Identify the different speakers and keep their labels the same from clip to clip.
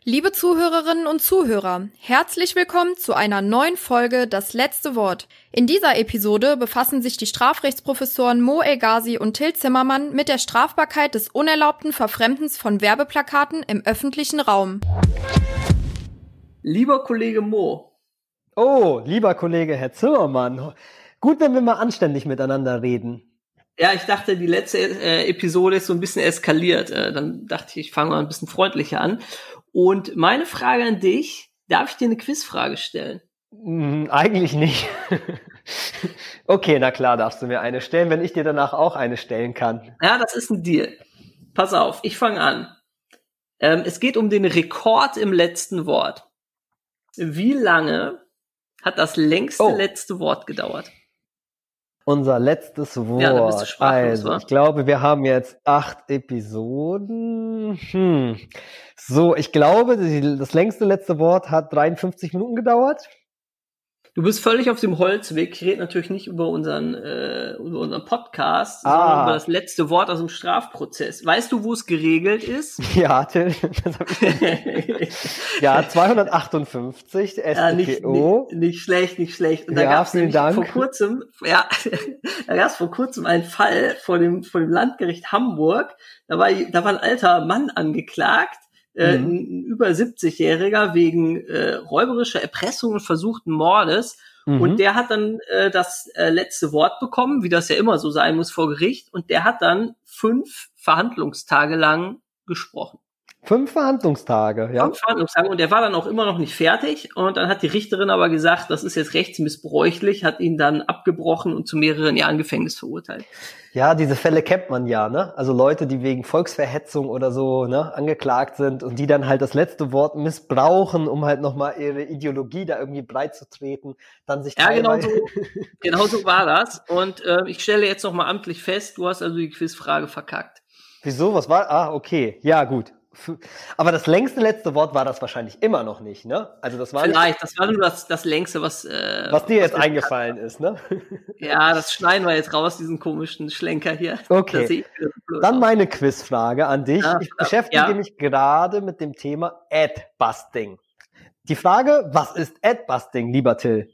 Speaker 1: Liebe Zuhörerinnen und Zuhörer, herzlich willkommen zu einer neuen Folge Das letzte Wort. In dieser Episode befassen sich die Strafrechtsprofessoren Mo El-Ghazi und Till Zimmermann mit der Strafbarkeit des unerlaubten Verfremdens von Werbeplakaten im öffentlichen Raum.
Speaker 2: Lieber Kollege Mo.
Speaker 3: Oh, lieber Kollege Herr Zimmermann. Gut, wenn wir mal anständig miteinander reden.
Speaker 2: Ja, ich dachte, die letzte Episode ist so ein bisschen eskaliert. Dann dachte ich fange mal ein bisschen freundlicher an. Und meine Frage an dich, darf ich dir eine Quizfrage stellen?
Speaker 3: Eigentlich nicht. Okay, na klar, darfst du mir eine stellen, wenn ich dir danach auch eine stellen kann.
Speaker 2: Ja, das ist ein Deal. Pass auf, ich fange an. Es geht um den Rekord im letzten Wort. Wie lange hat das längste letzte Wort gedauert?
Speaker 3: Unser letztes Wort.
Speaker 2: Ja, da bist du sprachlos,
Speaker 3: also,
Speaker 2: wa?
Speaker 3: ich glaube, wir haben jetzt 8 Episoden. So, ich glaube, das längste letzte Wort hat 53 Minuten gedauert.
Speaker 2: Du bist völlig auf dem Holzweg. Ich rede natürlich nicht über unseren Podcast, sondern über das letzte Wort aus dem Strafprozess. Weißt du, wo es geregelt ist?
Speaker 3: Ja, Till, das hab ich ja, 258 StPO.
Speaker 2: Nicht schlecht. Und da
Speaker 3: Ja,
Speaker 2: gab es
Speaker 3: vielen Dank.
Speaker 2: vor kurzem einen Fall vor dem Landgericht Hamburg. Da war ein alter Mann angeklagt, ein über 70-Jähriger wegen räuberischer Erpressung und versuchten Mordes. Und der hat dann das letzte Wort bekommen, wie das ja immer so sein muss vor Gericht. Und der hat dann 5 Verhandlungstage lang gesprochen.
Speaker 3: 5 Verhandlungstage, ja.
Speaker 2: 5 Verhandlungstage. Und der war dann auch immer noch nicht fertig. Und dann hat die Richterin aber gesagt, das ist jetzt rechtsmissbräuchlich, hat ihn dann abgebrochen und zu mehreren Jahren Gefängnis verurteilt.
Speaker 3: Ja, diese Fälle kennt man ja, ne? Also Leute, die wegen Volksverhetzung oder so, ne, angeklagt sind und die dann halt das letzte Wort missbrauchen, um halt nochmal ihre Ideologie da irgendwie breit zu treten, dann sich
Speaker 2: genau so war das. Und ich stelle jetzt nochmal amtlich fest, du hast also die Quizfrage verkackt.
Speaker 3: Wieso? Was war? Ah, okay. Ja, gut. Aber das längste letzte Wort war das wahrscheinlich immer noch nicht, ne? Also das war
Speaker 2: vielleicht, das war nur das längste, was
Speaker 3: dir jetzt eingefallen ist, ne?
Speaker 2: Ja, das schneiden wir jetzt raus, diesen komischen Schlenker hier.
Speaker 3: Okay. Dann meine Quizfrage an dich.
Speaker 2: Ja,
Speaker 3: ich beschäftige mich gerade mit dem Thema Adbusting. Die Frage, was ist Adbusting, lieber Till?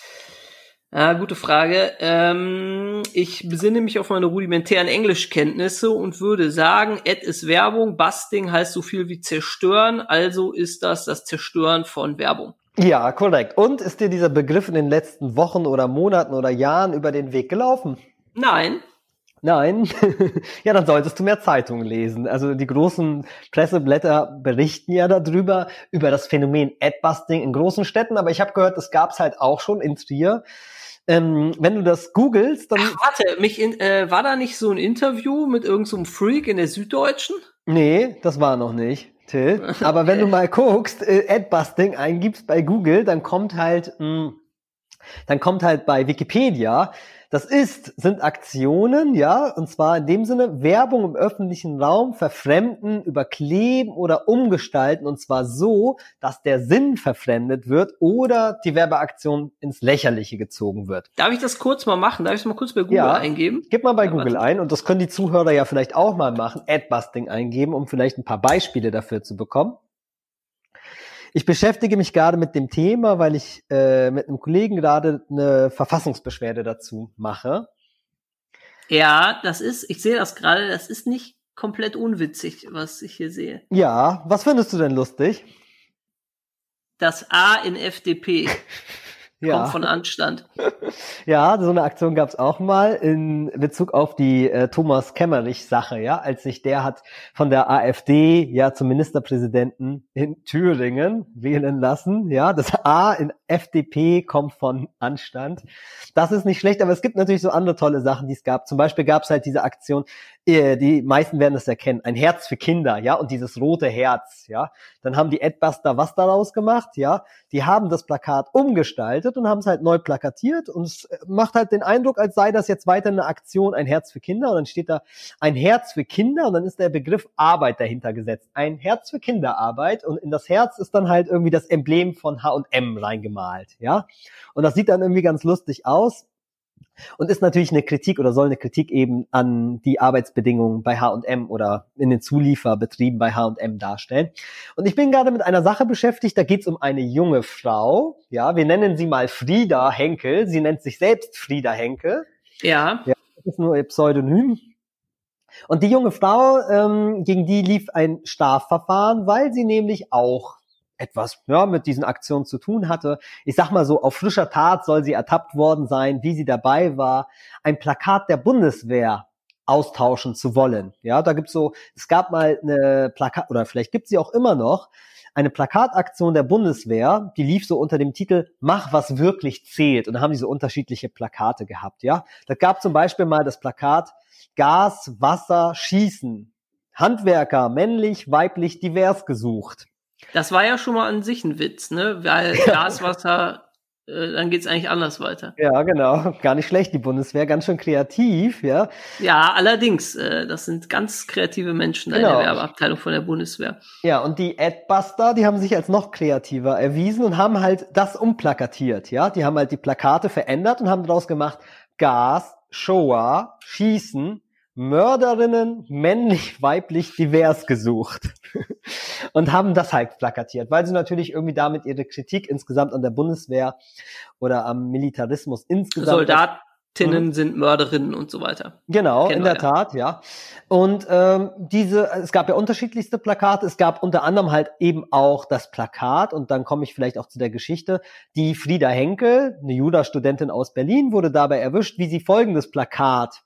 Speaker 2: Ja, gute Frage. Ich besinne mich auf meine rudimentären Englischkenntnisse und würde sagen, Ad ist Werbung, Busting heißt so viel wie zerstören, also ist das Zerstören von Werbung.
Speaker 3: Ja, korrekt. Und ist dir dieser Begriff in den letzten Wochen oder Monaten oder Jahren über den Weg gelaufen?
Speaker 2: Nein.
Speaker 3: Nein? Ja, dann solltest du mehr Zeitungen lesen. Also die großen Presseblätter berichten ja darüber, über das Phänomen Adbusting in großen Städten, aber ich habe gehört, das gab's halt auch schon in Trier. Wenn du das googelst, dann...
Speaker 2: Ach, warte, war da nicht so ein Interview mit irgendeinem Freak in der Süddeutschen?
Speaker 3: Nee, das war noch nicht, Till. Aber wenn du mal guckst, Adbusting eingibst bei Google, dann kommt halt bei Wikipedia, sind Aktionen, ja, und zwar in dem Sinne Werbung im öffentlichen Raum verfremden, überkleben oder umgestalten, und zwar so, dass der Sinn verfremdet wird oder die Werbeaktion ins Lächerliche gezogen wird.
Speaker 2: Darf ich das kurz mal machen? Darf ich es mal kurz bei Google eingeben?
Speaker 3: Gib mal bei Google ein, und das können die Zuhörer ja vielleicht auch mal machen, Adbusting eingeben, um vielleicht ein paar Beispiele dafür zu bekommen. Ich beschäftige mich gerade mit dem Thema, weil ich mit einem Kollegen gerade eine Verfassungsbeschwerde dazu mache.
Speaker 2: Ja, ich sehe das gerade, das ist nicht komplett unwitzig, was ich hier sehe.
Speaker 3: Ja, was findest du denn lustig?
Speaker 2: Das A in FDP kommt von Anstand.
Speaker 3: Ja, so eine Aktion gab's auch mal in Bezug auf die Thomas Kemmerich-Sache, ja, als sich der hat von der AfD ja zum Ministerpräsidenten in Thüringen wählen lassen, ja, das A in FDP kommt von Anstand. Das ist nicht schlecht, aber es gibt natürlich so andere tolle Sachen, die es gab. Zum Beispiel gab's halt diese Aktion, die meisten werden das erkennen, ein Herz für Kinder, ja, und dieses rote Herz, ja. Dann haben die Adbuster was daraus gemacht, ja. Die haben das Plakat umgestaltet und haben es halt neu plakatiert, und es macht halt den Eindruck, als sei das jetzt weiter eine Aktion, ein Herz für Kinder, und dann steht da ein Herz für Kinder und dann ist der Begriff Arbeit dahinter gesetzt. Ein Herz für Kinderarbeit, und in das Herz ist dann halt irgendwie das Emblem von H&M reingemalt, ja. Und das sieht dann irgendwie ganz lustig aus. und ist natürlich eine Kritik oder soll eine Kritik eben an die Arbeitsbedingungen bei H&M oder in den Zulieferbetrieben bei H&M darstellen. Und ich bin gerade mit einer Sache beschäftigt, da geht es um eine junge Frau, ja, wir nennen sie mal Frieda Henkel, sie nennt sich selbst Frieda Henkel.
Speaker 2: Ja.
Speaker 3: Das ist nur ihr Pseudonym. Und die junge Frau, gegen die lief ein Strafverfahren, weil sie nämlich auch etwas mit diesen Aktionen zu tun hatte. Ich sag mal so, auf frischer Tat soll sie ertappt worden sein, wie sie dabei war, ein Plakat der Bundeswehr austauschen zu wollen. Ja, da es gab mal eine Plakat, oder vielleicht gibt sie auch immer noch, eine Plakataktion der Bundeswehr, die lief so unter dem Titel Mach, was wirklich zählt. Und da haben die so unterschiedliche Plakate gehabt, ja. Da gab zum Beispiel mal das Plakat Gas, Wasser, Schießen. Handwerker, männlich, weiblich, divers gesucht.
Speaker 2: Das war ja schon mal an sich ein Witz, ne? Weil Gas, Wasser, dann geht's eigentlich anders weiter.
Speaker 3: Ja, genau. Gar nicht schlecht, die Bundeswehr, ganz schön kreativ, ja.
Speaker 2: Ja, allerdings, das sind ganz kreative Menschen in der Werbeabteilung von der Bundeswehr.
Speaker 3: Ja, und die Adbuster, die haben sich als noch kreativer erwiesen und haben halt das umplakatiert, ja. Die haben halt die Plakate verändert und haben daraus gemacht, Gas, Shoah, Schießen, Mörderinnen, männlich, weiblich, divers gesucht. Und haben das halt plakatiert, weil sie natürlich irgendwie damit ihre Kritik insgesamt an der Bundeswehr oder am Militarismus insgesamt...
Speaker 2: Soldatinnen sind Mörderinnen und so weiter.
Speaker 3: Genau, in der Tat, ja. Und es gab ja unterschiedlichste Plakate. Es gab unter anderem halt eben auch das Plakat, und dann komme ich vielleicht auch zu der Geschichte. Die Frieda Henkel, eine Jurastudentin aus Berlin, wurde dabei erwischt, wie sie folgendes Plakat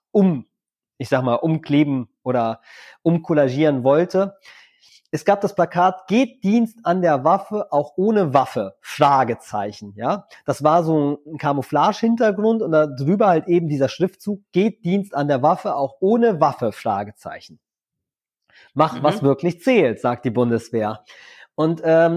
Speaker 3: umkleben oder umkollagieren wollte. Es gab das Plakat, geht Dienst an der Waffe auch ohne Waffe? Fragezeichen, ja. Das war so ein Camouflage-Hintergrund und da drüber halt eben dieser Schriftzug, geht Dienst an der Waffe auch ohne Waffe? Fragezeichen. Mach, was wirklich zählt, sagt die Bundeswehr. Und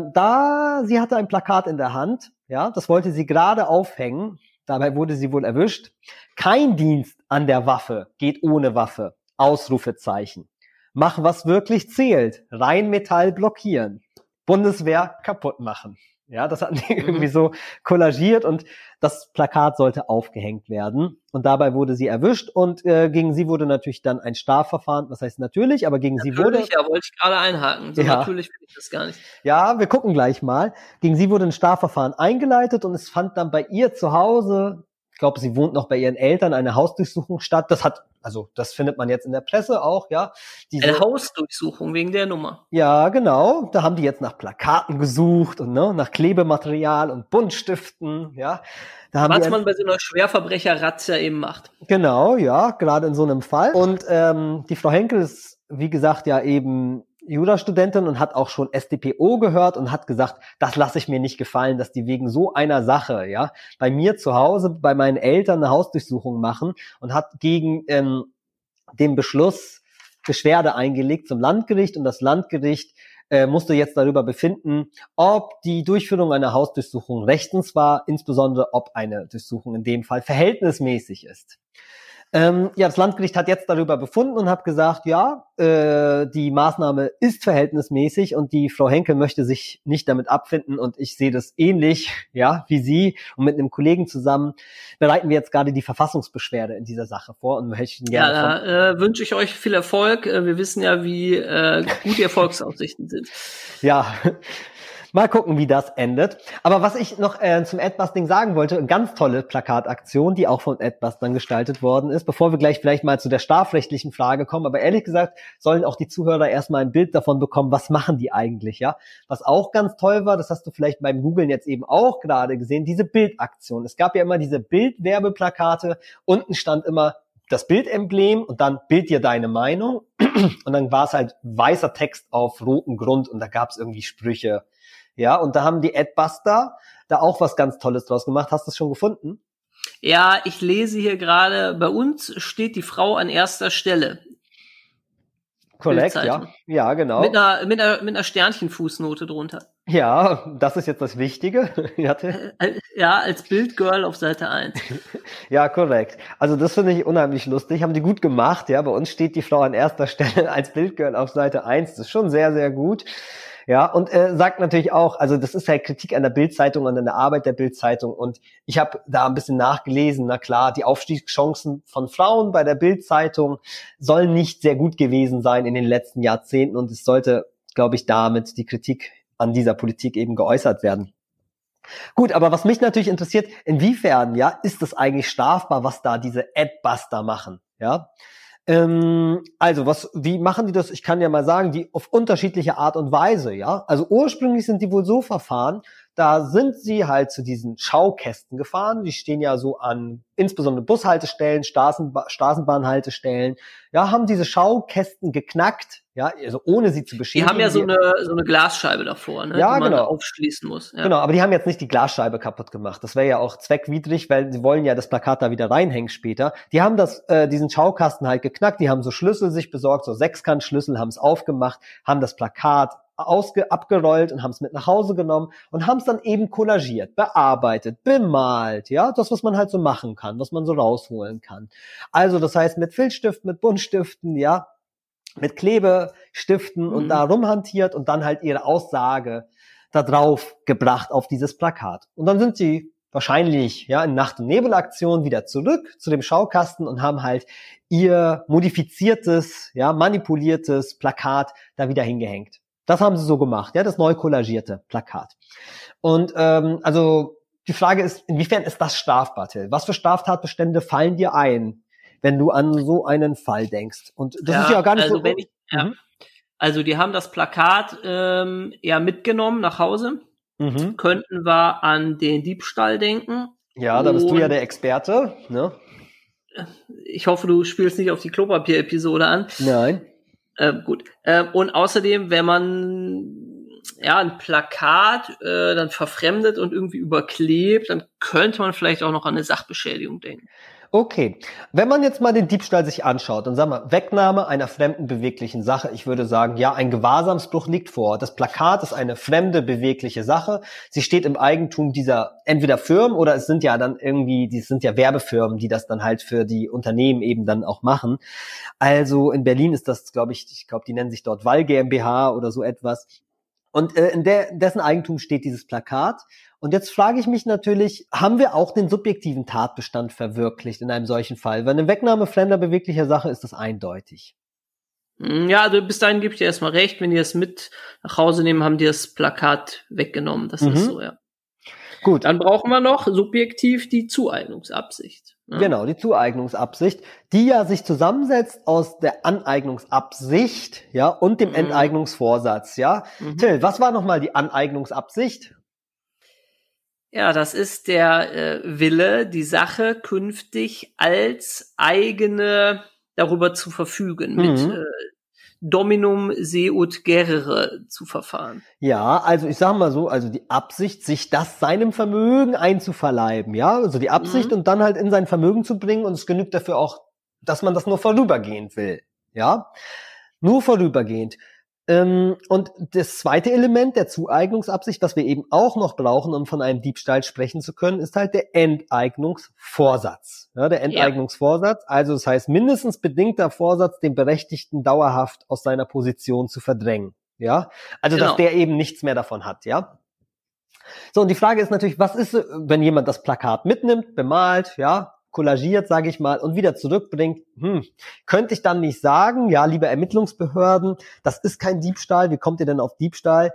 Speaker 3: sie hatte ein Plakat in der Hand, ja, das wollte sie gerade aufhängen. Dabei wurde sie wohl erwischt. Kein Dienst an der Waffe geht ohne Waffe. Ausrufezeichen. Mach, was wirklich zählt. Rheinmetall blockieren. Bundeswehr kaputt machen. Ja, das hatten die irgendwie so kollagiert und das Plakat sollte aufgehängt werden. Und dabei wurde sie erwischt und gegen sie wurde natürlich dann ein Strafverfahren. Was heißt natürlich, aber gegen sie wurde...
Speaker 2: Ja, wollte ich gerade einhaken. So
Speaker 3: ja.
Speaker 2: Natürlich finde ich das gar nicht.
Speaker 3: Ja, wir gucken gleich mal. Gegen sie wurde ein Strafverfahren eingeleitet und es fand dann bei ihr zu Hause, ich glaube, sie wohnt noch bei ihren Eltern, eine Hausdurchsuchung statt. Das findet man jetzt in der Presse auch, ja.
Speaker 2: Eine Hausdurchsuchung wegen der Nummer.
Speaker 3: Ja, genau. Da haben die jetzt nach Plakaten gesucht und nach Klebematerial und Buntstiften, ja.
Speaker 2: Was man bei so einer Schwerverbrecher-Razzia eben macht.
Speaker 3: Genau, ja, gerade in so einem Fall. Und die Frau Henkel ist, wie gesagt, ja eben Jurastudentin und hat auch schon StPO gehört und hat gesagt, das lasse ich mir nicht gefallen, dass die wegen so einer Sache, ja, bei mir zu Hause, bei meinen Eltern eine Hausdurchsuchung machen und hat gegen den Beschluss Beschwerde eingelegt zum Landgericht und das Landgericht musste jetzt darüber befinden, ob die Durchführung einer Hausdurchsuchung rechtens war, insbesondere ob eine Durchsuchung in dem Fall verhältnismäßig ist. Das Landgericht hat jetzt darüber befunden und hat gesagt, die Maßnahme ist verhältnismäßig und die Frau Henkel möchte sich nicht damit abfinden und ich sehe das ähnlich, ja, wie sie und mit einem Kollegen zusammen bereiten wir jetzt gerade die Verfassungsbeschwerde in dieser Sache vor und möchten gerne...
Speaker 2: Ja, da wünsche ich euch viel Erfolg. Wir wissen ja, wie gut die Erfolgsaussichten sind.
Speaker 3: Ja, mal gucken, wie das endet. Aber was ich noch zum Adbusting sagen wollte, eine ganz tolle Plakataktion, die auch von Adbustern gestaltet worden ist, bevor wir gleich vielleicht mal zu der strafrechtlichen Frage kommen. Aber ehrlich gesagt sollen auch die Zuhörer erstmal ein Bild davon bekommen, was machen die eigentlich, ja? Was auch ganz toll war, das hast du vielleicht beim Googlen jetzt eben auch gerade gesehen, diese Bildaktion. Es gab ja immer diese Bildwerbeplakate, unten stand immer das Bildemblem und dann Bild dir deine Meinung und dann war es halt weißer Text auf rotem Grund und da gab es irgendwie Sprüche. Ja, und da haben die Adbuster da auch was ganz Tolles draus gemacht. Hast du es schon gefunden?
Speaker 2: Ja, ich lese hier gerade, bei uns steht die Frau an erster Stelle.
Speaker 3: Korrekt, ja. Ja, genau.
Speaker 2: Mit einer Sternchenfußnote drunter.
Speaker 3: Ja, das ist jetzt das Wichtige.
Speaker 2: Ja, als Bildgirl auf Seite 1.
Speaker 3: Ja, korrekt. Also das finde ich unheimlich lustig. Haben die gut gemacht, ja. Bei uns steht die Frau an erster Stelle als Bildgirl auf Seite 1. Das ist schon sehr, sehr gut. Ja, und sagt natürlich auch, also das ist halt Kritik an der Bild-Zeitung und an der Arbeit der Bild-Zeitung. Und ich habe da ein bisschen nachgelesen. Na klar, die Aufstiegschancen von Frauen bei der Bild-Zeitung sollen nicht sehr gut gewesen sein in den letzten Jahrzehnten. Und es sollte, glaube ich, damit die Kritik an dieser Politik eben geäußert werden. Gut, aber was mich natürlich interessiert, inwiefern, ja, ist es eigentlich strafbar, was da diese Adbuster machen, ja? Also, wie machen die das? Ich kann ja mal sagen, die auf unterschiedliche Art und Weise, ja? Also ursprünglich sind die wohl so verfahren, da sind sie halt zu diesen Schaukästen gefahren, die stehen ja so an insbesondere Bushaltestellen, Straßenbahnhaltestellen, ja, haben diese Schaukästen geknackt, ja, also ohne sie zu beschädigen.
Speaker 2: Die haben ja so eine Glasscheibe davor, ne,
Speaker 3: ja,
Speaker 2: die man
Speaker 3: genau
Speaker 2: aufschließen muss. Ja.
Speaker 3: Genau, aber die haben jetzt nicht die Glasscheibe kaputt gemacht. Das wäre ja auch zweckwidrig, weil sie wollen ja das Plakat da wieder reinhängen später. Die haben diesen Schaukasten halt geknackt, die haben so Schlüssel sich besorgt, so Sechskantschlüssel, haben es aufgemacht, haben das Plakat abgerollt und haben es mit nach Hause genommen und haben es dann eben collagiert, bearbeitet, bemalt, ja, das, was man halt so machen kann, was man so rausholen kann. Also das heißt mit Filzstiften, mit Buntstiften, ja, mit Klebestiften und da rumhantiert und dann halt ihre Aussage da drauf gebracht auf dieses Plakat. Und dann sind sie wahrscheinlich ja in Nacht- und Nebelaktion wieder zurück zu dem Schaukasten und haben halt ihr modifiziertes, ja, manipuliertes Plakat da wieder hingehängt. Das haben sie so gemacht, ja, das neu kollagierte Plakat. Und also die Frage ist, inwiefern ist das strafbar, Till? Was für Straftatbestände fallen dir ein, wenn du an so einen Fall denkst? Und das ist ja gar nicht
Speaker 2: also
Speaker 3: so...
Speaker 2: Also die haben das Plakat ja mitgenommen nach Hause. Könnten wir an den Diebstahl denken.
Speaker 3: Ja, da bist du ja der Experte, ne?
Speaker 2: Ich hoffe, du spielst nicht auf die Klopapier-Episode an.
Speaker 3: Nein.
Speaker 2: Gut. Und außerdem, wenn man ja ein Plakat dann verfremdet und irgendwie überklebt, dann könnte man vielleicht auch noch an eine Sachbeschädigung denken.
Speaker 3: Okay, wenn man jetzt mal den Diebstahl sich anschaut und sagen wir Wegnahme einer fremden beweglichen Sache, ich würde sagen, ja, ein Gewahrsamsbruch liegt vor. Das Plakat ist eine fremde bewegliche Sache. Sie steht im Eigentum dieser entweder Firmen oder es sind ja dann irgendwie, die sind ja Werbefirmen, die das dann halt für die Unternehmen eben dann auch machen. Also in Berlin ist das, glaube ich, die nennen sich dort Wall GmbH oder so etwas. Und in dessen Eigentum steht dieses Plakat. Und jetzt frage ich mich natürlich, haben wir auch den subjektiven Tatbestand verwirklicht in einem solchen Fall? Weil eine Wegnahme fremder beweglicher Sache ist das eindeutig.
Speaker 2: Ja, also bis dahin gebe ich dir erstmal recht. Wenn die es mit nach Hause nehmen, haben die das Plakat weggenommen. Das ist so, ja.
Speaker 3: Gut.
Speaker 2: Dann brauchen wir noch subjektiv die Zueignungsabsicht. Ja.
Speaker 3: Genau, die Zueignungsabsicht, die ja sich zusammensetzt aus der Aneignungsabsicht, ja, und dem Enteignungsvorsatz, ja. Till, was war nochmal die Aneignungsabsicht?
Speaker 2: Ja, das ist der Wille, die Sache künftig als eigene darüber zu verfügen, mit Dominum se ut gerere zu verfahren.
Speaker 3: Ja, also ich sag mal so, also die Absicht, sich das seinem Vermögen einzuverleiben, ja, also die Absicht und dann halt in sein Vermögen zu bringen und es genügt dafür auch, dass man das nur vorübergehend will, ja, nur vorübergehend. Und das zweite Element der Zueignungsabsicht, was wir eben auch noch brauchen, um von einem Diebstahl sprechen zu können, ist halt der Enteignungsvorsatz. Ja, der Enteignungsvorsatz, also das heißt mindestens bedingter Vorsatz, den Berechtigten dauerhaft aus seiner Position zu verdrängen. Ja, also dass der eben nichts mehr davon hat, ja. So, und die Frage ist natürlich, was ist, wenn jemand das Plakat mitnimmt, bemalt, ja, kollagiert, sage ich mal, und wieder zurückbringt, könnte ich dann nicht sagen, ja, liebe Ermittlungsbehörden, das ist kein Diebstahl, wie kommt ihr denn auf Diebstahl?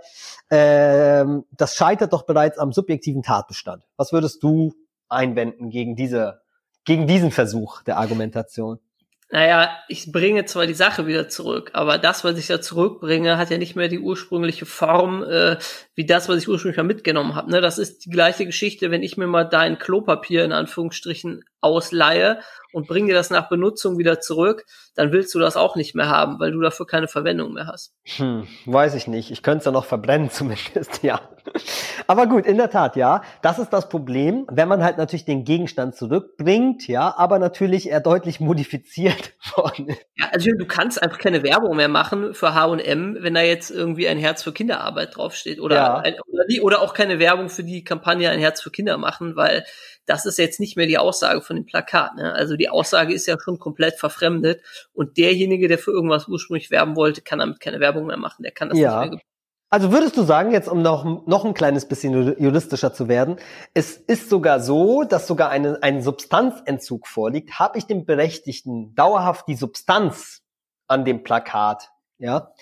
Speaker 3: Das scheitert doch bereits am subjektiven Tatbestand. Was würdest du einwenden gegen diesen Versuch der Argumentation?
Speaker 2: Naja, ich bringe zwar die Sache wieder zurück, aber das, was ich da zurückbringe, hat ja nicht mehr die ursprüngliche Form, wie das, was ich ursprünglich mal mitgenommen habe. Ne? Das ist die gleiche Geschichte, wenn ich mir mal dein Klopapier in Anführungsstrichen ausleihe und bringe dir das nach Benutzung wieder zurück, dann willst du das auch nicht mehr haben, weil du dafür keine Verwendung mehr hast.
Speaker 3: Weiß ich nicht. Ich könnte es ja noch verbrennen zumindest, ja. Aber gut, in der Tat, ja. Das ist das Problem, wenn man halt natürlich den Gegenstand zurückbringt, ja, aber natürlich er deutlich modifiziert worden ist.
Speaker 2: Ja, also du kannst einfach keine Werbung mehr machen für H&M, wenn da jetzt irgendwie ein Herz für Kinderarbeit draufsteht oder auch keine Werbung für die Kampagne Ein Herz für Kinder machen, weil das ist jetzt nicht mehr die Aussage von dem Plakat. Ne? Also die Aussage ist ja schon komplett verfremdet und derjenige, der für irgendwas ursprünglich werben wollte, kann damit keine Werbung mehr machen. Der kann das nicht mehr.
Speaker 3: Also würdest du sagen, jetzt um noch ein kleines bisschen juristischer zu werden, es ist sogar so, dass sogar ein Substanzentzug vorliegt, habe ich dem Berechtigten dauerhaft die Substanz an dem Plakat, ja,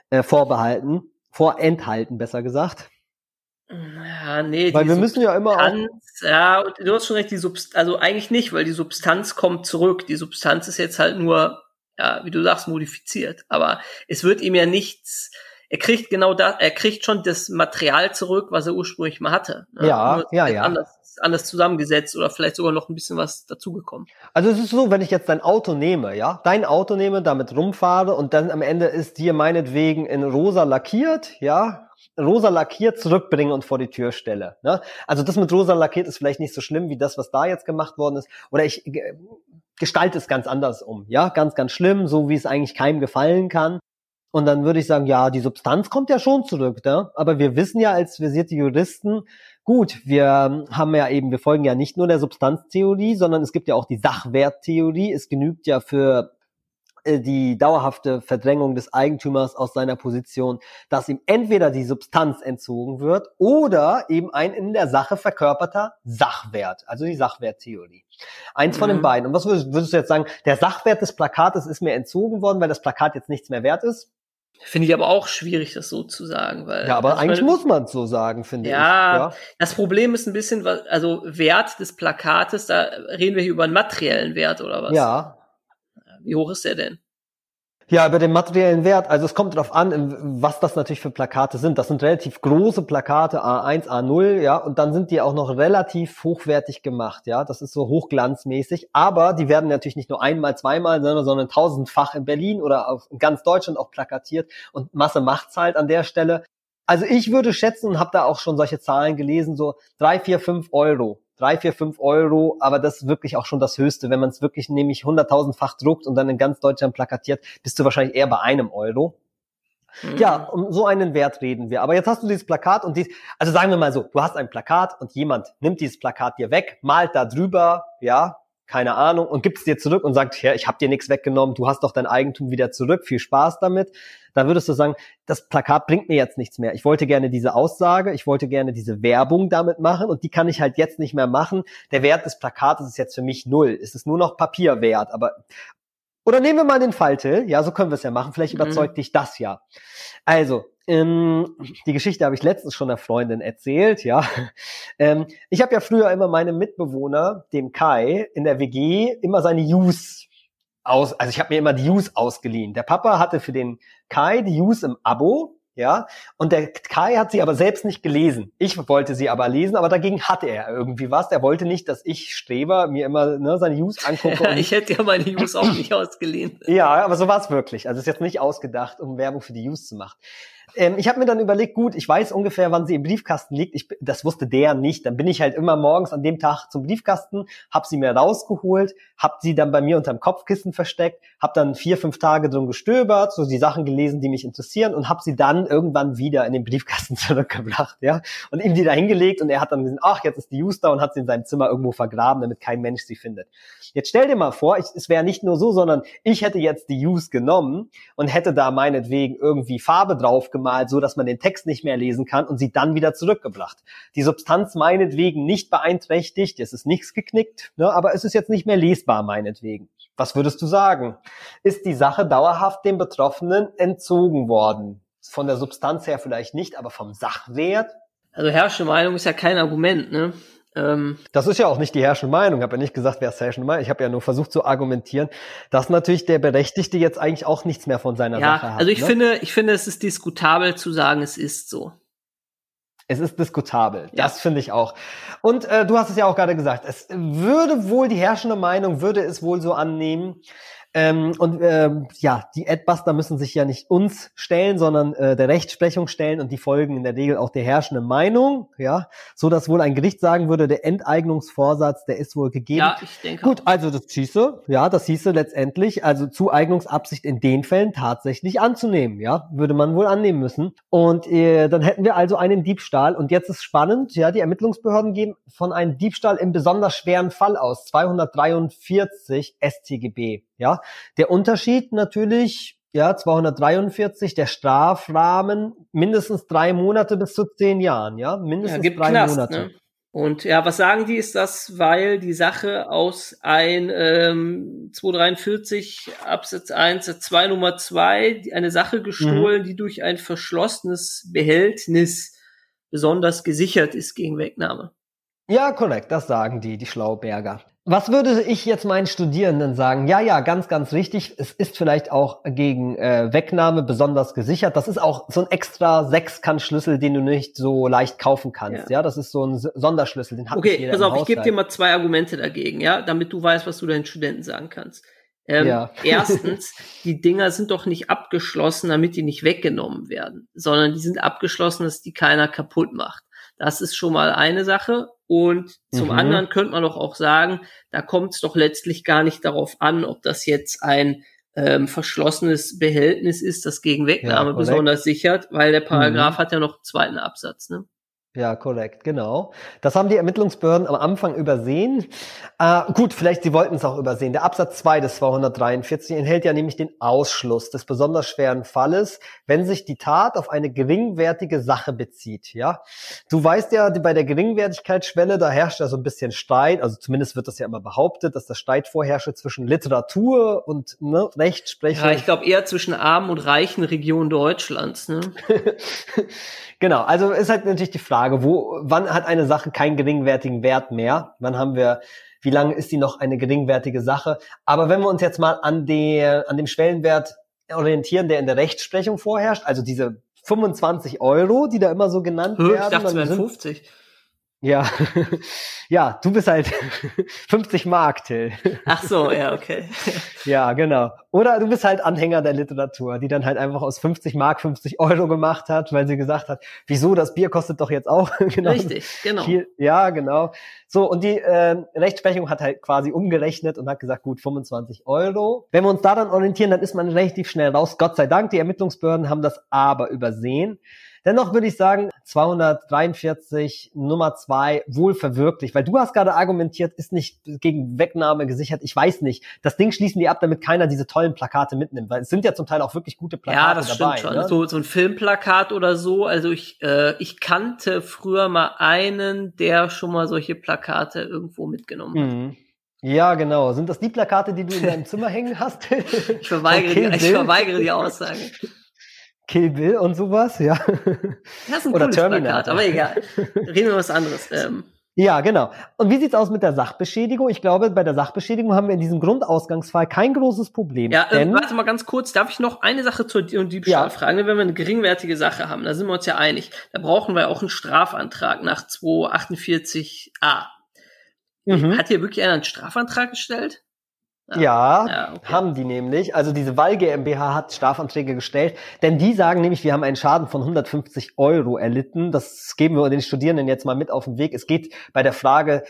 Speaker 3: vorenthalten, besser gesagt.
Speaker 2: Ja, nee,
Speaker 3: weil wir müssen ja immer auch.
Speaker 2: Ja, und du hast schon recht, also eigentlich nicht, weil die Substanz kommt zurück. Die Substanz ist jetzt halt nur, ja, wie du sagst, modifiziert. Aber es wird ihm ja nichts. Er kriegt genau das, er kriegt schon das Material zurück, was er ursprünglich mal hatte.
Speaker 3: Ja, ja.
Speaker 2: Anders zusammengesetzt oder vielleicht sogar noch ein bisschen was dazugekommen.
Speaker 3: Also es ist so, wenn ich jetzt dein Auto nehme, damit rumfahre und dann am Ende ist dir meinetwegen in rosa lackiert, zurückbringen und vor die Tür stelle. Ne? Also das mit rosa lackiert ist vielleicht nicht so schlimm wie das, was da jetzt gemacht worden ist. Oder ich gestalte es ganz anders um. Ja, ganz, ganz schlimm, so wie es eigentlich keinem gefallen kann. Und dann würde ich sagen, ja, die Substanz kommt ja schon zurück, ne? Aber wir wissen ja als versierte Juristen, gut, wir folgen ja nicht nur der Substanztheorie, sondern es gibt ja auch die Sachwerttheorie. Es genügt ja für die dauerhafte Verdrängung des Eigentümers aus seiner Position, dass ihm entweder die Substanz entzogen wird oder eben ein in der Sache verkörperter Sachwert, also die Sachwerttheorie. Eins von den beiden. Und was würdest du jetzt sagen, der Sachwert des Plakates ist mir entzogen worden, weil das Plakat jetzt nichts mehr wert ist?
Speaker 2: Finde ich aber auch schwierig, das so zu sagen. Weil,
Speaker 3: ja, aber eigentlich muss man es so sagen, finde ich. Ja,
Speaker 2: das Problem ist ein bisschen, also Wert des Plakates, da reden wir hier über einen materiellen Wert oder was?
Speaker 3: Ja.
Speaker 2: Wie hoch ist der denn?
Speaker 3: Ja, über den materiellen Wert, also es kommt darauf an, was das natürlich für Plakate sind. Das sind relativ große Plakate, A1, A0, ja, und dann sind die auch noch relativ hochwertig gemacht, ja. Das ist so hochglanzmäßig, aber die werden natürlich nicht nur einmal, zweimal, sondern tausendfach in Berlin oder in ganz Deutschland auch plakatiert und Masse macht's halt an der Stelle. Also ich würde schätzen und habe da auch schon solche Zahlen gelesen, so 3, 4, 5 Euro. 3, 4, 5 Euro, aber das ist wirklich auch schon das Höchste. Wenn man es wirklich nämlich 100.000-fach druckt und dann in ganz Deutschland plakatiert, bist du wahrscheinlich eher bei 1 Euro. Ja, um so einen Wert reden wir. Aber jetzt hast du dieses Plakat und also sagen wir mal so, du hast ein Plakat und jemand nimmt dieses Plakat dir weg, malt da drüber, ja, keine Ahnung, und gibt es dir zurück und sagt, ja, ich habe dir nichts weggenommen, du hast doch dein Eigentum wieder zurück, viel Spaß damit. Da würdest du sagen, das Plakat bringt mir jetzt nichts mehr. Ich wollte gerne diese Aussage, ich wollte gerne diese Werbung damit machen und die kann ich halt jetzt nicht mehr machen. Der Wert des Plakates ist jetzt für mich 0. Es ist nur noch Papier wert, aber oder nehmen wir mal den Fall, Till. Ja, so können wir es ja machen. Vielleicht überzeugt dich das ja. Also, die Geschichte habe ich letztens schon einer Freundin erzählt, ja. Ich habe ja früher immer meinem Mitbewohner, dem Kai, in der WG immer seine also ich habe mir immer die Use ausgeliehen. Der Papa hatte für den Kai die Use im Abo, ja, und der Kai hat sie aber selbst nicht gelesen. Ich wollte sie aber lesen, aber dagegen hatte er irgendwie was. Er wollte nicht, dass ich Streber mir immer seine Use angucke.
Speaker 2: Ja, ich hätte ja meine Use auch nicht ausgeliehen.
Speaker 3: Ja, aber so war es wirklich. Also es ist jetzt nicht ausgedacht, um Werbung für die Use zu machen. Ich habe mir dann überlegt, gut, ich weiß ungefähr, wann sie im Briefkasten liegt. Das wusste der nicht. Dann bin ich halt immer morgens an dem Tag zum Briefkasten, habe sie mir rausgeholt, habe sie dann bei mir unterm Kopfkissen versteckt, habe dann 4, 5 Tage drum gestöbert, so die Sachen gelesen, die mich interessieren und habe sie dann irgendwann wieder in den Briefkasten zurückgebracht, ja, und ihm die da hingelegt und er hat dann gesagt, ach, jetzt ist die Use da und hat sie in seinem Zimmer irgendwo vergraben, damit kein Mensch sie findet. Jetzt stell dir mal vor, es wäre nicht nur so, sondern ich hätte jetzt die Use genommen und hätte da meinetwegen irgendwie Farbe drauf gemalt, so dass man den Text nicht mehr lesen kann und sie dann wieder zurückgebracht. Die Substanz meinetwegen nicht beeinträchtigt, es ist nichts geknickt, ne, aber es ist jetzt nicht mehr lesbar meinetwegen. Was würdest du sagen? Ist die Sache dauerhaft dem Betroffenen entzogen worden? Von der Substanz her vielleicht nicht, aber vom Sachwert?
Speaker 2: Also herrschende Meinung ist ja kein Argument, ne?
Speaker 3: Das ist ja auch nicht die herrschende Meinung. Ich habe ja nicht gesagt, wer ist herrschende Meinung. Ich habe ja nur versucht zu argumentieren, dass natürlich der Berechtigte jetzt eigentlich auch nichts mehr von seiner Sache hat.
Speaker 2: Also ich finde, es ist diskutabel zu sagen, es ist so.
Speaker 3: Es ist diskutabel. Ja. Das finde ich auch. Und du hast es ja auch gerade gesagt. Es würde wohl, die herrschende Meinung würde es wohl so annehmen. Die Adbuster müssen sich ja nicht uns stellen, sondern der Rechtsprechung stellen und die folgen in der Regel auch der herrschenden Meinung, ja, so dass wohl ein Gericht sagen würde, der Enteignungsvorsatz, der ist wohl gegeben.
Speaker 2: Ja, ich denke.
Speaker 3: Gut, also das hieße letztendlich, also Zueignungsabsicht in den Fällen tatsächlich anzunehmen, ja, würde man wohl annehmen müssen. Und dann hätten wir also einen Diebstahl und jetzt ist spannend, ja, die Ermittlungsbehörden gehen von einem Diebstahl im besonders schweren Fall aus, 243 StGB. Ja, der Unterschied natürlich Ja, 243, der Strafrahmen mindestens 3 Monate bis zu 10 Jahren, ja, mindestens
Speaker 2: gibt
Speaker 3: 3
Speaker 2: Knast,
Speaker 3: Monate.
Speaker 2: ne? Und ja, was sagen die, ist das, weil die Sache aus ein 243 Absatz 1 Satz 2 Nummer 2 eine Sache gestohlen, die durch ein verschlossenes Behältnis besonders gesichert ist gegen Wegnahme.
Speaker 3: Ja, korrekt, das sagen die Schlauberger. Was würde ich jetzt meinen Studierenden sagen? Ja, ganz, ganz richtig. Es ist vielleicht auch gegen Wegnahme besonders gesichert. Das ist auch so ein extra Sechskantschlüssel, den du nicht so leicht kaufen kannst. Ja, das ist so ein Sonderschlüssel, den hat nicht jeder im
Speaker 2: pass auf,
Speaker 3: Haushalt.
Speaker 2: Ich gebe dir mal 2 Argumente dagegen, ja, damit du weißt, was du deinen Studenten sagen kannst. Erstens, die Dinger sind doch nicht abgeschlossen, damit die nicht weggenommen werden, sondern die sind abgeschlossen, dass die keiner kaputt macht. Das ist schon mal eine Sache. Und zum anderen könnte man doch auch sagen, da kommt es doch letztlich gar nicht darauf an, ob das jetzt ein verschlossenes Behältnis ist, das gegen Wegnahme besonders sichert, weil der Paragraph hat ja noch einen zweiten Absatz, ne?
Speaker 3: Ja, korrekt, genau. Das haben die Ermittlungsbehörden am Anfang übersehen. Gut, vielleicht sie wollten es auch übersehen. Der Absatz 2 des 243 enthält ja nämlich den Ausschluss des besonders schweren Falles, wenn sich die Tat auf eine geringwertige Sache bezieht. Ja, du weißt ja, bei der Geringwertigkeitsschwelle, da herrscht ja so ein bisschen Streit. Also zumindest wird das ja immer behauptet, dass das Streit vorherrsche zwischen Literatur und Rechtsprechung.
Speaker 2: Ja, ich glaube eher zwischen armen und reichen Regionen Deutschlands. Ne?
Speaker 3: Genau, also ist halt natürlich die Frage, wann hat eine Sache keinen geringwertigen Wert mehr? Wie lange ist die noch eine geringwertige Sache? Aber wenn wir uns jetzt mal an dem Schwellenwert orientieren, der in der Rechtsprechung vorherrscht, also diese 25 €, die da immer so genannt werden.
Speaker 2: Ich dachte, es wären 50.
Speaker 3: Ja, ja, du bist halt 50 Mark, Till.
Speaker 2: Ach so, ja, okay.
Speaker 3: Ja, genau. Oder du bist halt Anhänger der Literatur, die dann halt einfach aus 50 Mark 50 € gemacht hat, weil sie gesagt hat, wieso, das Bier kostet doch jetzt auch genau
Speaker 2: richtig, genau.
Speaker 3: Viel. Ja, genau. So, und die Rechtsprechung hat halt quasi umgerechnet und hat gesagt, gut, 25 €. Wenn wir uns daran orientieren, dann ist man relativ schnell raus. Gott sei Dank, die Ermittlungsbehörden haben das aber übersehen. Dennoch würde ich sagen, 243 Nummer 2 wohl verwirklicht, weil du hast gerade argumentiert, ist nicht gegen Wegnahme gesichert. Ich weiß nicht. Das Ding schließen die ab, damit keiner diese tollen Plakate mitnimmt, weil es sind ja zum Teil auch wirklich gute Plakate dabei. Ja, das stimmt schon. Ne?
Speaker 2: So ein Filmplakat oder so. Also ich kannte früher mal einen, der schon mal solche Plakate irgendwo mitgenommen hat.
Speaker 3: Ja, genau. Sind das die Plakate, die du in deinem Zimmer hängen hast?
Speaker 2: Ich verweigere die Aussage.
Speaker 3: Kill Bill und sowas, ja.
Speaker 2: Das ist ein cooles Plakat, aber egal. Reden wir über was anderes.
Speaker 3: Ja, genau. Und wie sieht's aus mit der Sachbeschädigung? Ich glaube, bei der Sachbeschädigung haben wir in diesem Grundausgangsfall kein großes Problem.
Speaker 2: Ja, warte mal ganz kurz. Darf ich noch eine Sache zur Diebstahl fragen? Wenn wir eine geringwertige Sache haben, da sind wir uns ja einig. Da brauchen wir auch einen Strafantrag nach 248a. Hat hier wirklich einer einen Strafantrag gestellt?
Speaker 3: Ja, okay. Haben die nämlich. Also diese Wall GmbH hat Strafanträge gestellt, denn die sagen nämlich, wir haben einen Schaden von 150 € erlitten. Das geben wir den Studierenden jetzt mal mit auf den Weg. Es geht bei der Frage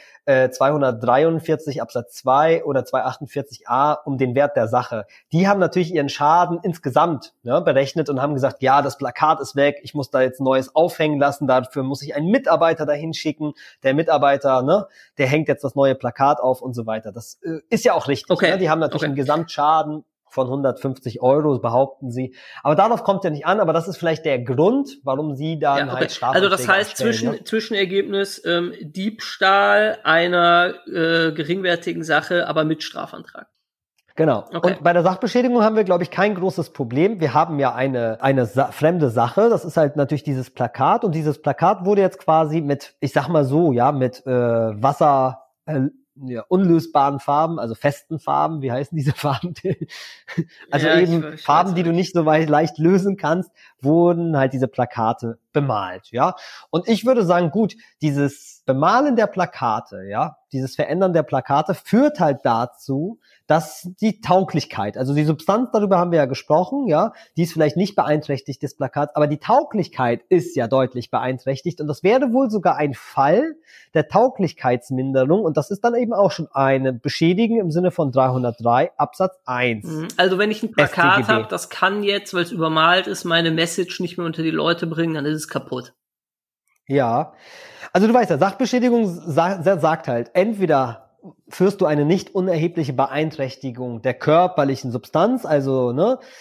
Speaker 3: 243 Absatz 2 oder 248a um den Wert der Sache. Die haben natürlich ihren Schaden insgesamt berechnet und haben gesagt, ja, das Plakat ist weg, ich muss da jetzt Neues aufhängen lassen, dafür muss ich einen Mitarbeiter dahin schicken. Der Mitarbeiter, der hängt jetzt das neue Plakat auf und so weiter. Das ist ja auch richtig. Okay. Die haben natürlich einen Gesamtschaden von 150 €, behaupten sie. Aber darauf kommt ja nicht an, aber das ist vielleicht der Grund, warum sie dann halt Strafanträge
Speaker 2: Also das heißt, Zwischenergebnis Diebstahl einer geringwertigen Sache, aber mit Strafantrag.
Speaker 3: Genau. Okay. Und bei der Sachbeschädigung haben wir, glaube ich, kein großes Problem. Wir haben ja eine fremde Sache. Das ist halt natürlich dieses Plakat. Und dieses Plakat wurde jetzt quasi mit, ich sag mal so, mit Wasser, unlösbaren Farben, also festen Farben, wie heißen diese Farben? Also Farben, die du nicht so leicht lösen kannst, wurden halt diese Plakate bemalt, ja. Und ich würde sagen, gut, dieses Bemalen der Plakate, dieses Verändern der Plakate führt halt dazu, dass die Tauglichkeit, also die Substanz, darüber haben wir ja gesprochen, die ist vielleicht nicht beeinträchtigt des Plakats, aber die Tauglichkeit ist ja deutlich beeinträchtigt und das wäre wohl sogar ein Fall der Tauglichkeitsminderung und das ist dann eben auch schon eine Beschädigung im Sinne von 303 Absatz 1.
Speaker 2: Also wenn ich ein Plakat habe, das kann jetzt, weil es übermalt ist, meine Message nicht mehr unter die Leute bringen, dann ist es kaputt.
Speaker 3: Ja, also du weißt ja, Sachbeschädigung sagt halt entweder führst du eine nicht unerhebliche Beeinträchtigung der körperlichen Substanz, also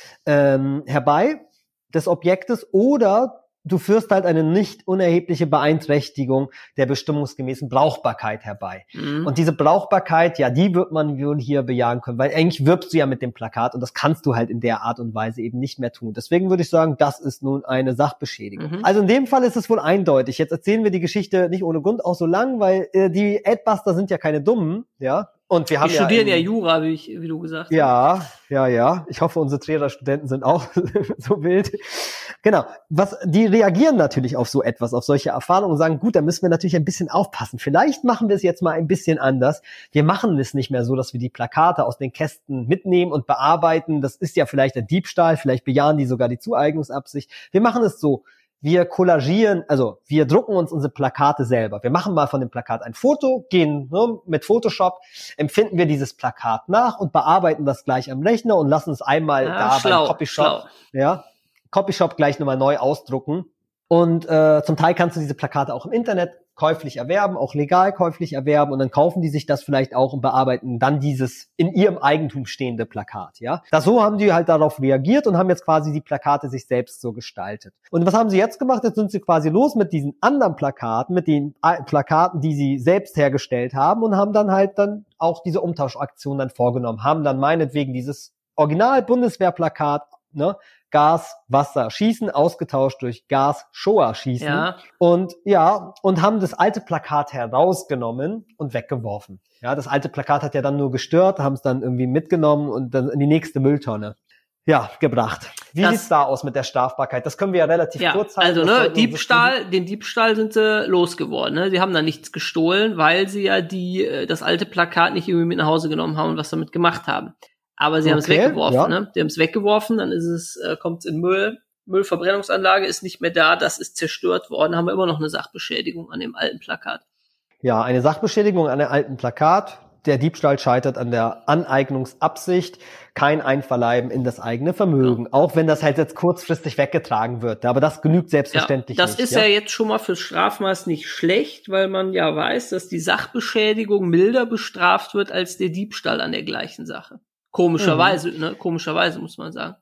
Speaker 3: herbei des Objektes, oder du führst halt eine nicht unerhebliche Beeinträchtigung der bestimmungsgemäßen Brauchbarkeit herbei. Und diese Brauchbarkeit, ja, die wird man wohl hier bejahen können, weil eigentlich wirbst du ja mit dem Plakat und das kannst du halt in der Art und Weise eben nicht mehr tun. Deswegen würde ich sagen, das ist nun eine Sachbeschädigung. Also in dem Fall ist es wohl eindeutig. Jetzt erzählen wir die Geschichte nicht ohne Grund auch so lang, weil die Adbuster sind ja keine Dummen, ja. Und wir haben
Speaker 2: studieren ja Jura, wie du gesagt hast.
Speaker 3: Ja. Ich hoffe, unsere Trierer Studenten sind auch so wild. Genau. Die reagieren natürlich auf so etwas, auf solche Erfahrungen und sagen, gut, da müssen wir natürlich ein bisschen aufpassen. Vielleicht machen wir es jetzt mal ein bisschen anders. Wir machen es nicht mehr so, dass wir die Plakate aus den Kästen mitnehmen und bearbeiten. Das ist ja vielleicht ein Diebstahl. Vielleicht bejahen die sogar die Zueignungsabsicht. Wir machen es so. Wir kollagieren, also wir drucken uns unsere Plakate selber. Wir machen mal von dem Plakat ein Foto, gehen mit Photoshop, empfinden wir dieses Plakat nach und bearbeiten das gleich am Rechner und lassen es einmal beim Copyshop gleich nochmal neu ausdrucken. Und zum Teil kannst du diese Plakate auch im Internet käuflich erwerben, auch legal käuflich erwerben, und dann kaufen die sich das vielleicht auch und bearbeiten dann dieses in ihrem Eigentum stehende Plakat, ja. So haben die halt darauf reagiert und haben jetzt quasi die Plakate sich selbst so gestaltet. Und was haben sie jetzt gemacht? Jetzt sind sie quasi los mit diesen anderen Plakaten, mit den Plakaten, die sie selbst hergestellt haben, und haben dann halt dann auch diese Umtauschaktion dann vorgenommen, haben dann meinetwegen dieses Original-Bundeswehrplakat, Gas, Wasser, Schießen, ausgetauscht durch Gas, Shoah, Schießen. Und haben das alte Plakat herausgenommen und weggeworfen. Ja, das alte Plakat hat ja dann nur gestört, haben es dann irgendwie mitgenommen und dann in die nächste Mülltonne gebracht. Wie sieht's da aus mit der Strafbarkeit? Das können wir ja relativ kurz halten.
Speaker 2: Also, den Diebstahl sind sie losgeworden. Ne? Sie haben da nichts gestohlen, weil sie ja das alte Plakat nicht irgendwie mit nach Hause genommen haben und was damit gemacht haben. Aber sie haben es weggeworfen, ne? Die haben es weggeworfen, dann kommt es in Müll, Müllverbrennungsanlage ist nicht mehr da, das ist zerstört worden, haben wir immer noch eine Sachbeschädigung an dem alten Plakat.
Speaker 3: Ja, eine Sachbeschädigung an dem alten Plakat. Der Diebstahl scheitert an der Aneignungsabsicht, kein Einverleiben in das eigene Vermögen, auch wenn das halt jetzt kurzfristig weggetragen wird. Aber das genügt selbstverständlich
Speaker 2: nicht. Das ist ja jetzt schon mal fürs Strafmaß nicht schlecht, weil man ja weiß, dass die Sachbeschädigung milder bestraft wird als der Diebstahl an der gleichen Sache. Komischerweise muss man sagen.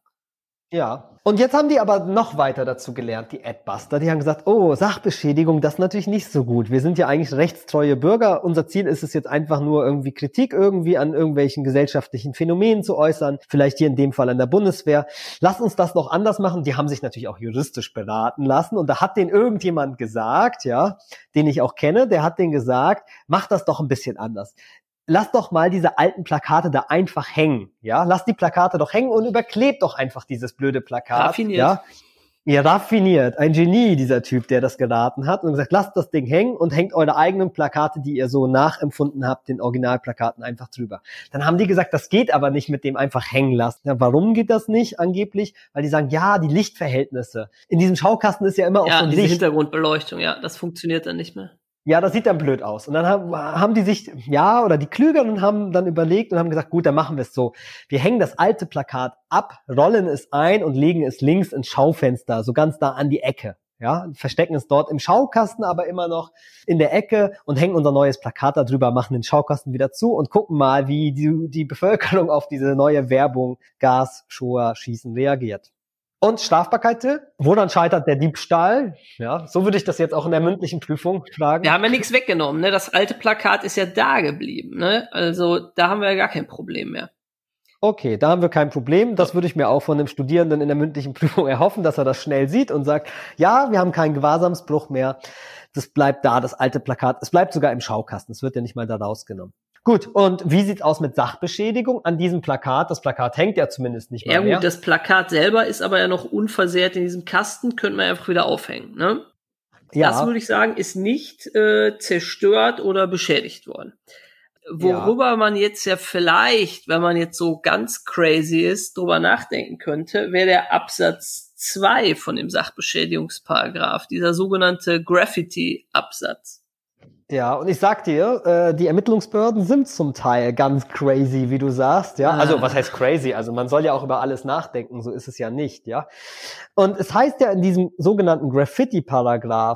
Speaker 3: Ja, und jetzt haben die aber noch weiter dazu gelernt, die Adbuster. Die haben gesagt, oh, Sachbeschädigung, das ist natürlich nicht so gut. Wir sind ja eigentlich rechtstreue Bürger. Unser Ziel ist es jetzt einfach nur irgendwie Kritik irgendwie an irgendwelchen gesellschaftlichen Phänomenen zu äußern. Vielleicht hier in dem Fall an der Bundeswehr. Lass uns das noch anders machen. Die haben sich natürlich auch juristisch beraten lassen. Und da hat denen irgendjemand gesagt, den ich auch kenne, der hat denen gesagt, mach das doch ein bisschen anders. Lass doch mal diese alten Plakate da einfach hängen, Lass die Plakate doch hängen und überklebt doch einfach dieses blöde Plakat.
Speaker 2: Raffiniert.
Speaker 3: Ja, raffiniert. Ein Genie, dieser Typ, der das geraten hat und gesagt, lasst das Ding hängen und hängt eure eigenen Plakate, die ihr so nachempfunden habt, den Originalplakaten einfach drüber. Dann haben die gesagt, das geht aber nicht mit dem einfach hängen lassen. Ja, warum geht das nicht angeblich? Weil die sagen, die Lichtverhältnisse. In diesem Schaukasten ist ja immer auch so ein
Speaker 2: diese
Speaker 3: Licht.
Speaker 2: Hintergrundbeleuchtung, das funktioniert dann nicht mehr.
Speaker 3: Ja, das sieht dann blöd aus. Und dann haben die sich, oder die Klügeren haben dann überlegt und haben gesagt, gut, dann machen wir es so. Wir hängen das alte Plakat ab, rollen es ein und legen es links ins Schaufenster, so ganz da an die Ecke. Verstecken es dort im Schaukasten, aber immer noch in der Ecke und hängen unser neues Plakat da drüber, machen den Schaukasten wieder zu und gucken mal, wie die Bevölkerung auf diese neue Werbung Gas, Shoah, Schießen reagiert. Und Strafbarkeit, wo dann scheitert der Diebstahl? So würde ich das jetzt auch in der mündlichen Prüfung fragen.
Speaker 2: Wir haben ja nichts weggenommen, ne? Das alte Plakat ist ja da geblieben, ne? Also da haben wir ja gar kein Problem mehr.
Speaker 3: Okay, da haben wir kein Problem. Das würde ich mir auch von dem Studierenden in der mündlichen Prüfung erhoffen, dass er das schnell sieht und sagt, wir haben keinen Gewahrsamsbruch mehr. Das bleibt da, das alte Plakat. Es bleibt sogar im Schaukasten. Es wird ja nicht mal da rausgenommen. Gut, und wie sieht's aus mit Sachbeschädigung an diesem Plakat? Das Plakat hängt ja zumindest nicht mehr.
Speaker 2: Ja gut, das Plakat selber ist aber ja noch unversehrt in diesem Kasten, könnte man einfach wieder aufhängen, ne? Ja. Das würde ich sagen, ist nicht zerstört oder beschädigt worden. Worüber man jetzt ja vielleicht, wenn man jetzt so ganz crazy ist, drüber nachdenken könnte, wäre der Absatz 2 von dem Sachbeschädigungsparagraf, dieser sogenannte Graffiti-Absatz.
Speaker 3: Ja, und ich sag dir, die Ermittlungsbehörden sind zum Teil ganz crazy, wie du sagst, Also, was heißt crazy? Also, man soll ja auch über alles nachdenken, so ist es ja nicht, Und es heißt ja in diesem sogenannten Graffiti-Paragraphen,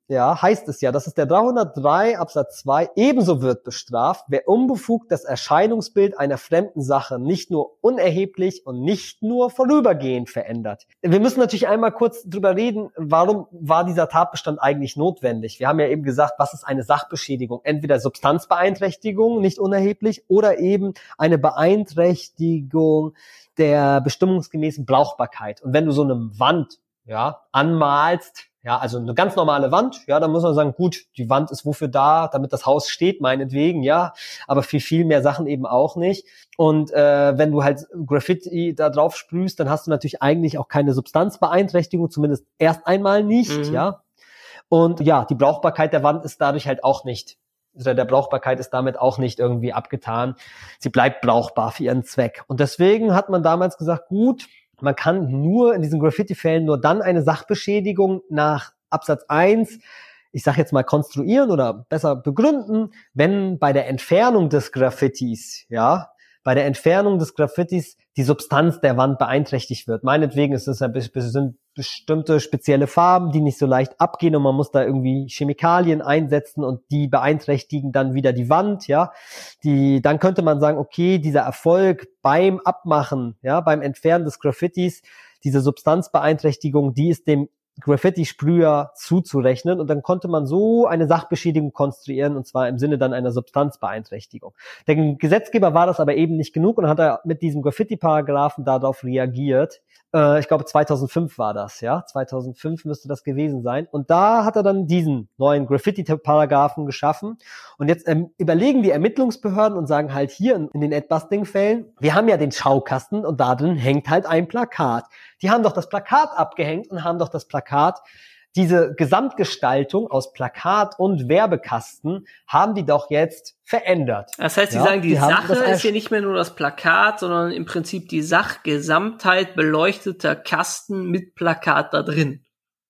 Speaker 3: ja, heißt es ja, das ist der 303 Absatz 2, ebenso wird bestraft, wer unbefugt das Erscheinungsbild einer fremden Sache nicht nur unerheblich und nicht nur vorübergehend verändert. Wir müssen natürlich einmal kurz drüber reden, warum war dieser Tatbestand eigentlich notwendig? Wir haben ja eben gesagt, was ist eine Sachbeschädigung? Entweder Substanzbeeinträchtigung, nicht unerheblich, oder eben eine Beeinträchtigung der bestimmungsgemäßen Brauchbarkeit. Und wenn du so eine Wand, ja, anmalst, ja, also eine ganz normale Wand, ja, dann muss man sagen, gut, die Wand ist wofür da, damit das Haus steht, meinetwegen, ja, aber viel mehr Sachen eben auch nicht. Und wenn du halt Graffiti da drauf sprühst, dann hast du natürlich eigentlich auch keine Substanzbeeinträchtigung, zumindest erst einmal nicht, ja. Und ja, die Brauchbarkeit der Wand ist dadurch halt auch nicht, oder der Brauchbarkeit ist damit auch nicht irgendwie abgetan. Sie bleibt brauchbar für ihren Zweck. Und deswegen hat man damals gesagt, gut, man kann nur in diesen Graffiti-Fällen nur dann eine Sachbeschädigung nach Absatz 1, ich sage jetzt mal konstruieren oder besser begründen, wenn bei der Entfernung des Graffitis, ja, bei der Entfernung des Graffitis die Substanz der Wand beeinträchtigt wird. Meinetwegen ist es sind bestimmte spezielle Farben, die nicht so leicht abgehen und man muss da irgendwie Chemikalien einsetzen und die beeinträchtigen dann wieder die Wand, ja. Dann könnte man sagen, okay, dieser Erfolg beim Abmachen, ja, beim Entfernen des Graffitis, diese Substanzbeeinträchtigung, die ist dem Graffiti-Sprüher zuzurechnen und dann konnte man so eine Sachbeschädigung konstruieren und zwar im Sinne dann einer Substanzbeeinträchtigung. Der Gesetzgeber war das aber eben nicht genug und hat er mit diesem Graffiti-Paragraphen darauf reagiert. Ich glaube 2005 war das, ja, 2005 müsste das gewesen sein und da hat er dann diesen neuen Graffiti-Paragraphen geschaffen und jetzt überlegen die Ermittlungsbehörden und sagen halt hier in den Adbusting-Fällen, wir haben ja den Schaukasten und da drin hängt halt ein Plakat. Die haben doch das Plakat abgehängt und haben doch das Plakat, diese Gesamtgestaltung aus Plakat und Werbekasten, haben die doch jetzt verändert.
Speaker 2: Das heißt, die sagen, die Sache ist hier nicht mehr nur das Plakat, sondern im Prinzip die Sachgesamtheit beleuchteter Kasten mit Plakat da drin.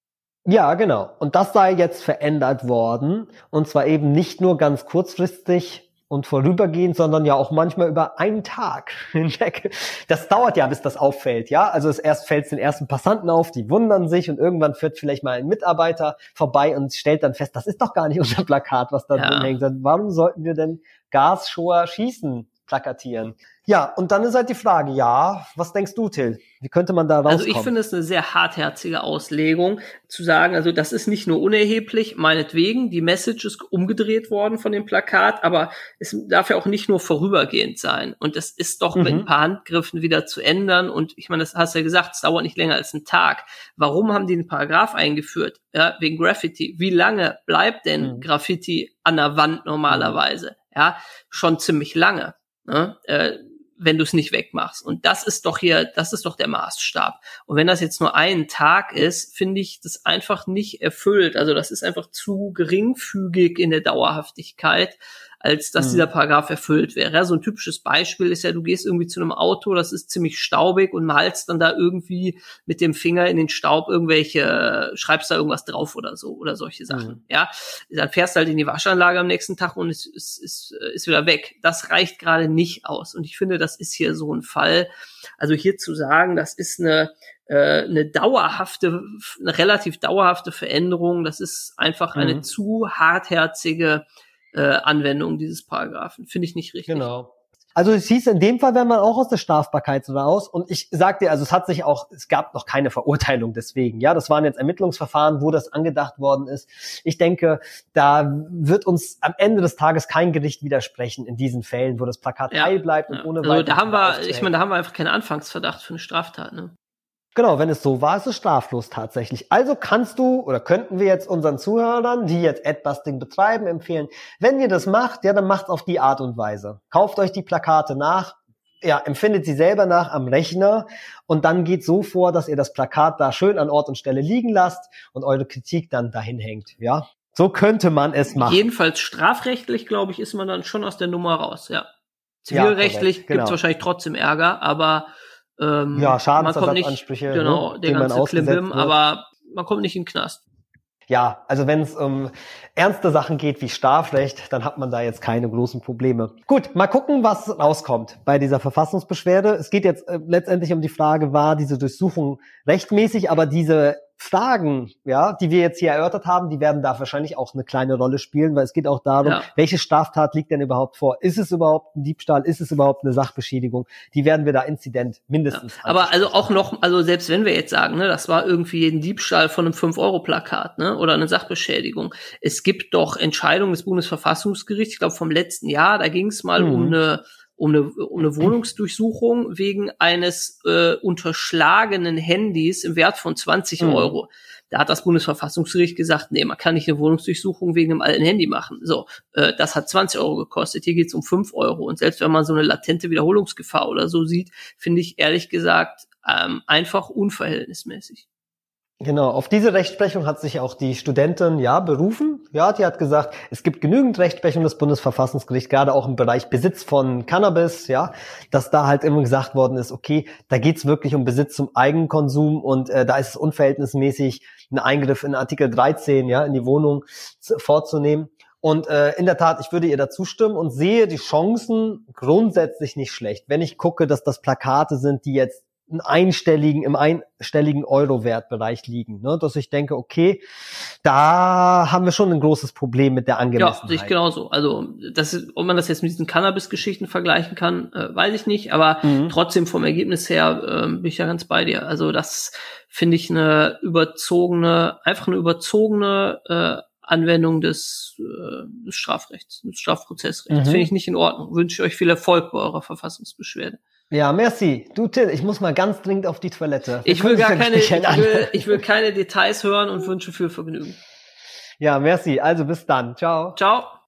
Speaker 3: Ja, genau. Und das sei jetzt verändert worden. Und zwar eben nicht nur ganz kurzfristig und vorübergehend, sondern ja auch manchmal über einen Tag hinweg. Das dauert ja, bis das auffällt, ja. Also erst fällt es den ersten Passanten auf, die wundern sich und irgendwann führt vielleicht mal ein Mitarbeiter vorbei und stellt dann fest, das ist doch gar nicht unser Plakat, was da drin hängt. Warum sollten wir denn Gasshower Schießen plakatieren? Ja, und dann ist halt die Frage, ja, was denkst du, Till? Wie könnte man da rauskommen?
Speaker 2: Also ich finde es eine sehr hartherzige Auslegung, zu sagen, also das ist nicht nur unerheblich, meinetwegen, die Message ist umgedreht worden von dem Plakat, aber es darf ja auch nicht nur vorübergehend sein. Und das ist doch mit ein paar Handgriffen wieder zu ändern. Und ich meine, das hast du ja gesagt, es dauert nicht länger als einen Tag. Warum haben die den Paragraph eingeführt? Ja, wegen Graffiti. Wie lange bleibt denn Graffiti an der Wand normalerweise? Ja, schon ziemlich lange. Ne? Wenn du es nicht wegmachst. Und das ist doch der Maßstab. Und wenn das jetzt nur einen Tag ist, finde ich das einfach nicht erfüllt. Also das ist einfach zu geringfügig in der Dauerhaftigkeit, als dass dieser Paragraph erfüllt wäre. Ja, so ein typisches Beispiel ist ja, du gehst irgendwie zu einem Auto, das ist ziemlich staubig und malst dann da irgendwie mit dem Finger in den Staub schreibst da irgendwas drauf oder so oder solche Sachen. Ja, dann fährst du halt in die Waschanlage am nächsten Tag und es ist wieder weg. Das reicht gerade nicht aus. Und ich finde, das ist hier so ein Fall. Also hier zu sagen, das ist eine relativ dauerhafte Veränderung, das ist einfach eine zu hartherzige Anwendung dieses Paragraphen. Finde ich nicht richtig.
Speaker 3: Genau. Also es hieß, in dem Fall wäre man auch aus der Strafbarkeit raus. Und ich sag dir, also es gab noch keine Verurteilung deswegen. Ja, das waren jetzt Ermittlungsverfahren, wo das angedacht worden ist. Ich denke, da wird uns am Ende des Tages kein Gericht widersprechen in diesen Fällen, wo das Plakat heil bleibt und ohne
Speaker 2: also da haben wir einfach keinen Anfangsverdacht für eine Straftat, ne?
Speaker 3: Genau, wenn es so war, ist es straflos tatsächlich. Also könnten wir jetzt unseren Zuhörern, die jetzt Adbusting betreiben, empfehlen, wenn ihr das macht, ja, dann macht's auf die Art und Weise. Kauft euch die Plakate nach, ja, empfindet sie selber nach am Rechner und dann geht so vor, dass ihr das Plakat da schön an Ort und Stelle liegen lasst und eure Kritik dann dahin hängt, ja. So könnte man es machen.
Speaker 2: Jedenfalls strafrechtlich, glaube ich, ist man dann schon aus der Nummer raus, ja. Zivilrechtlich gibt's wahrscheinlich trotzdem Ärger, aber
Speaker 3: Schadensersatzansprüche,
Speaker 2: genau, der ganze Klimbim, aber man kommt nicht in den Knast.
Speaker 3: Ja, also wenn es um ernste Sachen geht wie Strafrecht, dann hat man da jetzt keine großen Probleme. Gut, mal gucken, was rauskommt bei dieser Verfassungsbeschwerde. Es geht jetzt letztendlich um die Frage, war diese Durchsuchung rechtmäßig, aber diese Fragen, ja, die wir jetzt hier erörtert haben, die werden da wahrscheinlich auch eine kleine Rolle spielen, weil es geht auch darum, welche Straftat liegt denn überhaupt vor? Ist es überhaupt ein Diebstahl? Ist es überhaupt eine Sachbeschädigung? Die werden wir da Inzident mindestens.
Speaker 2: Aber also auch noch, also selbst wenn wir jetzt sagen, ne, das war irgendwie ein Diebstahl von einem 5-Euro-Plakat, ne, oder eine Sachbeschädigung. Es gibt doch Entscheidungen des Bundesverfassungsgerichts, ich glaube vom letzten Jahr, da ging es mal um eine Wohnungsdurchsuchung wegen eines unterschlagenen Handys im Wert von 20 Euro. Da hat das Bundesverfassungsgericht gesagt, nee, man kann nicht eine Wohnungsdurchsuchung wegen einem alten Handy machen. So, das hat 20 Euro gekostet, hier geht's um 5 Euro. Und selbst wenn man so eine latente Wiederholungsgefahr oder so sieht, finde ich ehrlich gesagt einfach unverhältnismäßig.
Speaker 3: Genau, auf diese Rechtsprechung hat sich auch die Studentin berufen. Ja, die hat gesagt, es gibt genügend Rechtsprechung des Bundesverfassungsgerichts, gerade auch im Bereich Besitz von Cannabis, ja, dass da halt immer gesagt worden ist, okay, da geht's wirklich um Besitz zum Eigenkonsum und da ist es unverhältnismäßig, einen Eingriff in Artikel 13, in die Wohnung vorzunehmen. Und in der Tat, ich würde ihr da zustimmen und sehe die Chancen grundsätzlich nicht schlecht. Wenn ich gucke, dass das Plakate sind, die jetzt im einstelligen Euro-Wertbereich liegen, ne? Dass ich denke, okay, da haben wir schon ein großes Problem mit der Angemessenheit.
Speaker 2: Ja, sehe ich genauso. Also, ob man das jetzt mit diesen Cannabis-Geschichten vergleichen kann, weiß ich nicht, aber trotzdem vom Ergebnis her bin ich ja ganz bei dir. Also, das finde ich eine überzogene Anwendung des Strafrechts, des Strafprozessrechts. Finde ich nicht in Ordnung. Wünsche euch viel Erfolg bei eurer Verfassungsbeschwerde.
Speaker 3: Ja, merci. Du, Till, ich muss mal ganz dringend auf die Toilette.
Speaker 2: Ich will keine Details hören und wünsche viel Vergnügen.
Speaker 3: Ja, merci. Also bis dann. Ciao.
Speaker 2: Ciao.